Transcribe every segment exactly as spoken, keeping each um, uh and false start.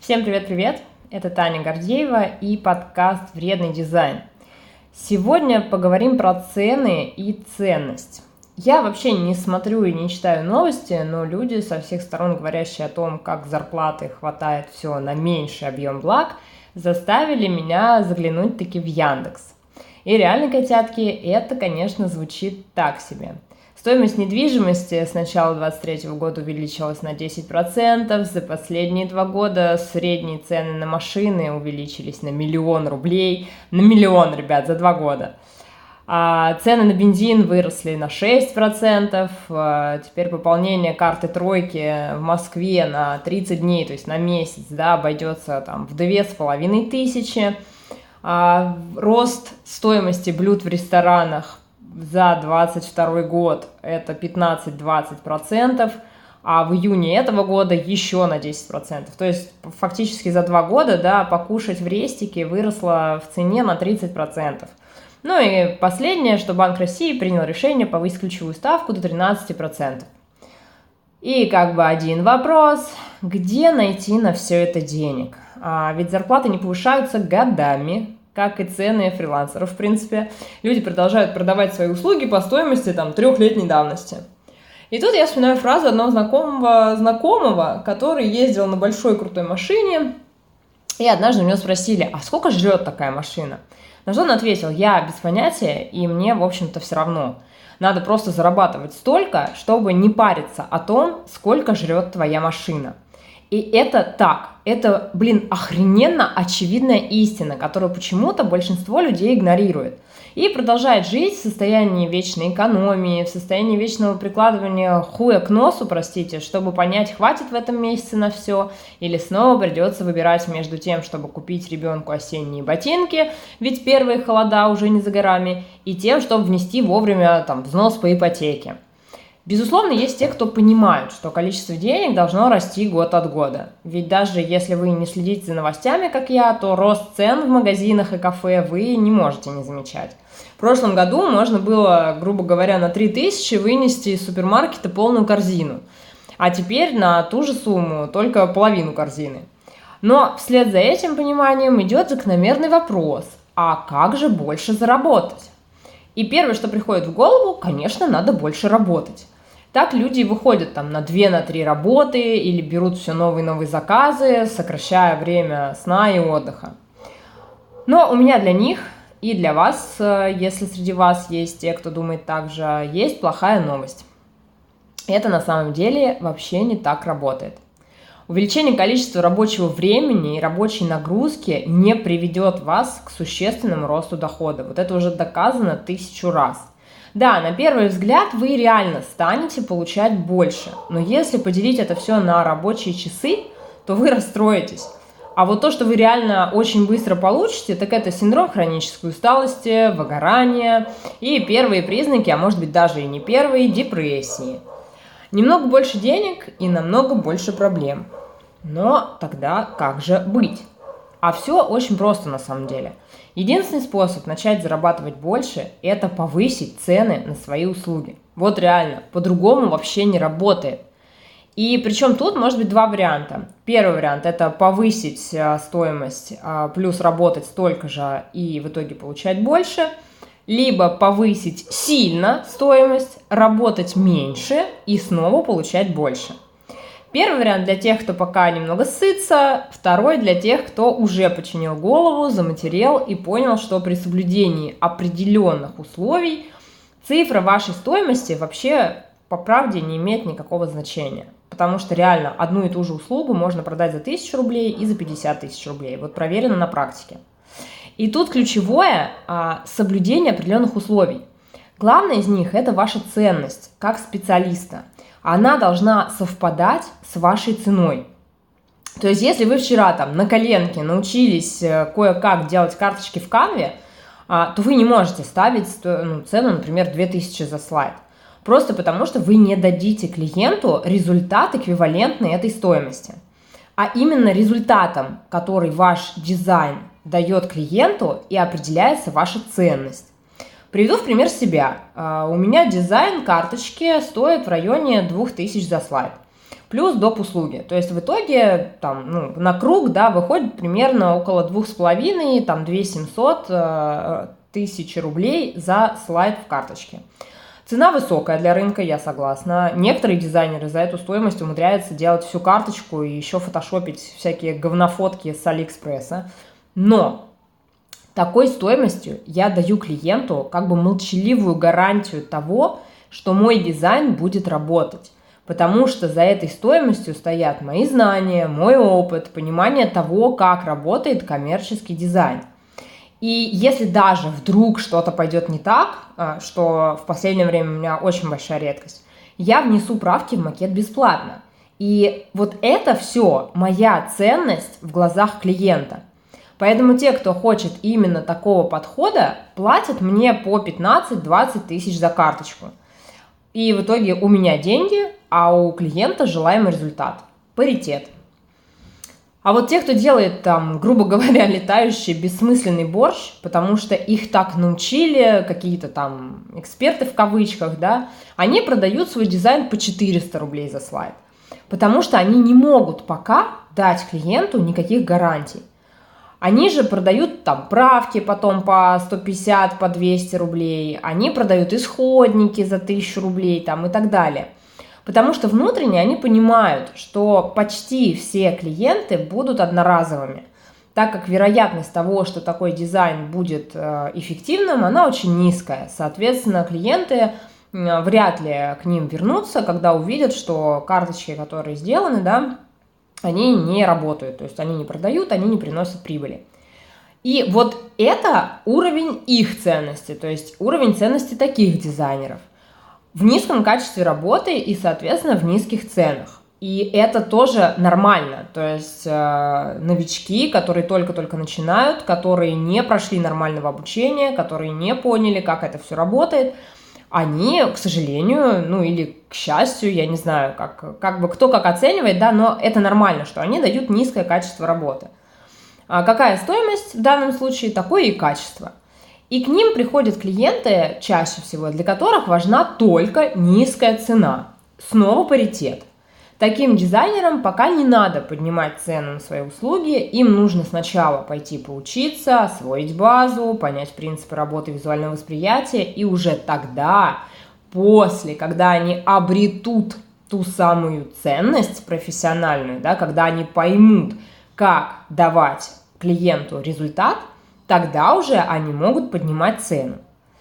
Всем привет-привет! Это Таня Гордеева и подкаст «Вредный дизайн». Сегодня поговорим про цены и ценность. Я вообще не смотрю и не читаю новости, но люди со всех сторон, говорящие о том, как зарплаты хватает все на меньший объем благ, заставили меня заглянуть таки в Яндекс. И реально, котятки, это, конечно, звучит так себе. Стоимость недвижимости с начала двадцать третьего года увеличилась на десять процентов, за последние два года средние цены на машины увеличились на миллион рублей, на миллион, ребят, за два года. А цены на бензин выросли на шесть процентов, а теперь пополнение карты тройки в Москве на тридцать дней, то есть на месяц, да, обойдется там в две с половиной тысячи. А рост стоимости блюд в ресторанах за двадцать второй год это пятнадцать-двадцать процентов, а в июне этого года еще на десять процентов. То есть фактически за два года, да, покушать в рестике выросло в цене на тридцать процентов. Ну и последнее, что Банк России принял решение повысить ключевую ставку до тринадцать процентов. И как бы один вопрос, где найти на все это денег? А ведь зарплаты не повышаются годами, как и цены фрилансеров, в принципе. Люди продолжают продавать свои услуги по стоимости там трехлетней давности. И тут я вспоминаю фразу одного знакомого знакомого, который ездил на большой крутой машине, и однажды у него спросили, а сколько жрет такая машина? На что он ответил, я без понятия, и мне, в общем-то, все равно. Надо просто зарабатывать столько, чтобы не париться о том, сколько жрет твоя машина. И это так, это, блин, охрененно очевидная истина, которую почему-то большинство людей игнорирует. И продолжает жить в состоянии вечной экономии, в состоянии вечного прикладывания хуя к носу, простите, чтобы понять, хватит в этом месяце на все, или снова придется выбирать между тем, чтобы купить ребенку осенние ботинки, ведь первые холода уже не за горами, и тем, чтобы внести вовремя там, взнос по ипотеке. Безусловно, есть те, кто понимают, что количество денег должно расти год от года. Ведь даже если вы не следите за новостями, как я, то рост цен в магазинах и кафе вы не можете не замечать. В прошлом году можно было, грубо говоря, на три тысячи вынести из супермаркета полную корзину, а теперь на ту же сумму только половину корзины. Но вслед за этим пониманием идет закономерный вопрос, а как же больше заработать? И первое, что приходит в голову, конечно, надо больше работать. Так люди выходят там на две-три работы или берут все новые и новые заказы, сокращая время сна и отдыха. Но у меня для них и для вас, если среди вас есть те, кто думает так же, есть плохая новость. Это на самом деле вообще не так работает. Увеличение количества рабочего времени и рабочей нагрузки не приведет вас к существенному росту дохода. Вот это уже доказано тысячу раз. Да, на первый взгляд вы реально станете получать больше, но если поделить это все на рабочие часы, то вы расстроитесь. А вот то, что вы реально очень быстро получите, так это синдром хронической усталости, выгорания и первые признаки, а может быть даже и не первые, депрессии. Немного больше денег и намного больше проблем. Но тогда как же быть? А все очень просто на самом деле. Единственный способ начать зарабатывать больше – это повысить цены на свои услуги. Вот реально, по-другому вообще не работает. И причем тут может быть два варианта. Первый вариант – это повысить стоимость, плюс работать столько же и в итоге получать больше. Либо повысить сильно стоимость, работать меньше и снова получать больше. Первый вариант для тех, кто пока немного сытся, второй для тех, кто уже починил голову, заматерел и понял, что при соблюдении определенных условий цифра вашей стоимости вообще по правде не имеет никакого значения. Потому что реально одну и ту же услугу можно продать за тысячу рублей и за пятьдесят тысяч рублей. Вот проверено на практике. И тут ключевое а, соблюдение определенных условий. Главное из них – это ваша ценность как специалиста. Она должна совпадать с вашей ценой. То есть, если вы вчера там на коленке научились кое-как делать карточки в Canva, то вы не можете ставить ну, цену, например, две тысячи за слайд. Просто потому, что вы не дадите клиенту результат, эквивалентный этой стоимости. А именно результатом, который ваш дизайн дает клиенту, и определяется ваша ценность. Приведу в пример себя. У меня дизайн карточки стоит в районе двух тысяч за слайд. плюс доп. Услуги. То есть в итоге там, ну, на круг, да, выходит примерно около двух с половиной, там, две тысячи семьсот э, тысячи рублей за слайд в карточке. Цена высокая для рынка, я согласна. Некоторые дизайнеры за эту стоимость умудряются делать всю карточку и еще фотошопить всякие говнофотки с Алиэкспресса. Но такой стоимостью я даю клиенту как бы молчаливую гарантию того, что мой дизайн будет работать. Потому что за этой стоимостью стоят мои знания, мой опыт, понимание того, как работает коммерческий дизайн. И если даже вдруг что-то пойдет не так, что в последнее время у меня очень большая редкость, я внесу правки в макет бесплатно. И вот это все моя ценность в глазах клиента. Поэтому те, кто хочет именно такого подхода, платят мне по пятнадцать-двадцать тысяч за карточку. И в итоге у меня деньги, а у клиента желаемый результат. Паритет. А вот те, кто делает там, грубо говоря, летающий бессмысленный борщ, потому что их так научили какие-то там эксперты в кавычках, да, они продают свой дизайн по четыреста рублей за слайд, потому что они не могут пока дать клиенту никаких гарантий. Они же продают там правки потом по сто пятьдесят, по двести рублей, они продают исходники за тысячу рублей там и так далее. Потому что внутренне они понимают, что почти все клиенты будут одноразовыми, так как вероятность того, что такой дизайн будет эффективным, она очень низкая. Соответственно, клиенты вряд ли к ним вернутся, когда увидят, что карточки, которые сделаны, да, они не работают, то есть они не продают, они не приносят прибыли. И вот это уровень их ценности, то есть уровень ценности таких дизайнеров. В низком качестве работы и, соответственно, в низких ценах. И это тоже нормально. То есть э, новички, которые только-только начинают, которые не прошли нормального обучения, которые не поняли, как это все работает, они, к сожалению, ну или к счастью, я не знаю, как, как бы кто как оценивает, да, но это нормально, что они дают низкое качество работы. А какая стоимость в данном случае, такое и качество. И к ним приходят клиенты чаще всего, для которых важна только низкая цена. Снова паритет. Таким дизайнерам пока не надо поднимать цену на свои услуги, им нужно сначала пойти поучиться, освоить базу, понять принципы работы визуального восприятия, и уже тогда, после, когда они обретут ту самую ценность профессиональную, да, когда они поймут, как давать клиенту результат, тогда уже они могут поднимать цену.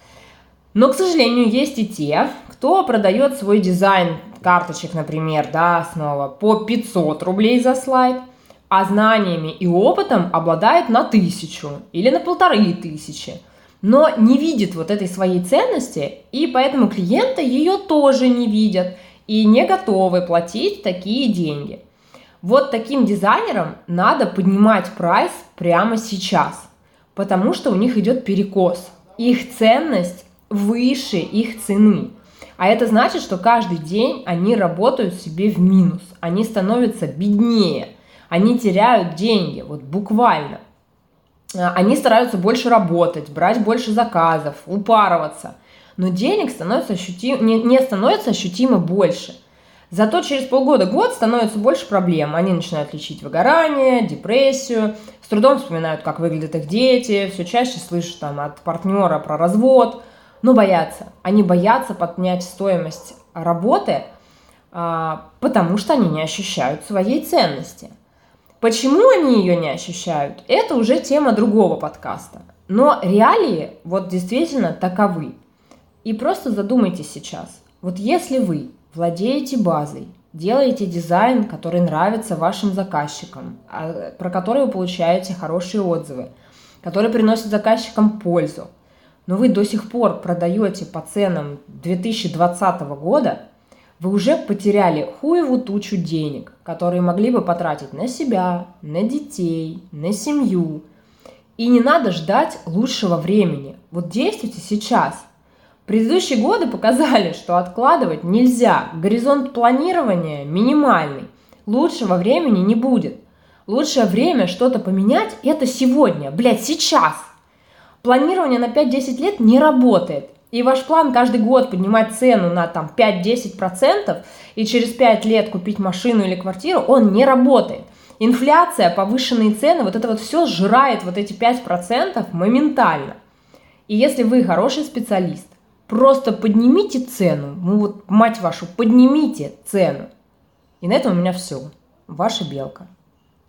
Но, к сожалению, есть и те, кто продает свой дизайн карточек, например, да, снова по пятьсот рублей за слайд, а знаниями и опытом обладает на тысячу или на полторы тысячи, но не видит вот этой своей ценности, и поэтому клиенты ее тоже не видят и не готовы платить такие деньги. Вот таким дизайнерам надо поднимать прайс прямо сейчас, потому что у них идет перекос. Их ценность выше их цены. А это значит, что каждый день они работают себе в минус. Они становятся беднее. Они теряют деньги, вот буквально. Они стараются больше работать, брать больше заказов, упарываться. Но денег становится ощутимо, не, не становится ощутимо больше. Зато через полгода-год становится больше проблем. Они начинают лечить выгорание, депрессию, с трудом вспоминают, как выглядят их дети, все чаще слышат там, от партнера про развод, но боятся. Они боятся поднять стоимость работы, потому что они не ощущают своей ценности. Почему они ее не ощущают, это уже тема другого подкаста. Но реалии вот действительно таковы. И просто задумайтесь сейчас, вот если вы владеете базой, делаете дизайн, который нравится вашим заказчикам, про который вы получаете хорошие отзывы, который приносит заказчикам пользу, но вы до сих пор продаете по ценам две тысячи двадцатого года, вы уже потеряли хуеву тучу денег, которые могли бы потратить на себя, на детей, на семью. И не надо ждать лучшего времени. Вот действуйте сейчас. Предыдущие годы показали, что откладывать нельзя. Горизонт планирования минимальный. Лучшего времени не будет. Лучшее время что-то поменять – это сегодня, блядь, сейчас. Планирование на пять-десять лет не работает. И ваш план каждый год поднимать цену на там пять-десять процентов и через пять лет купить машину или квартиру, он не работает. Инфляция, повышенные цены, вот это вот все сжирает вот эти пять процентов моментально. И если вы хороший специалист, просто поднимите цену, ну вот, мать вашу, поднимите цену. И на этом у меня все. Ваша Белка.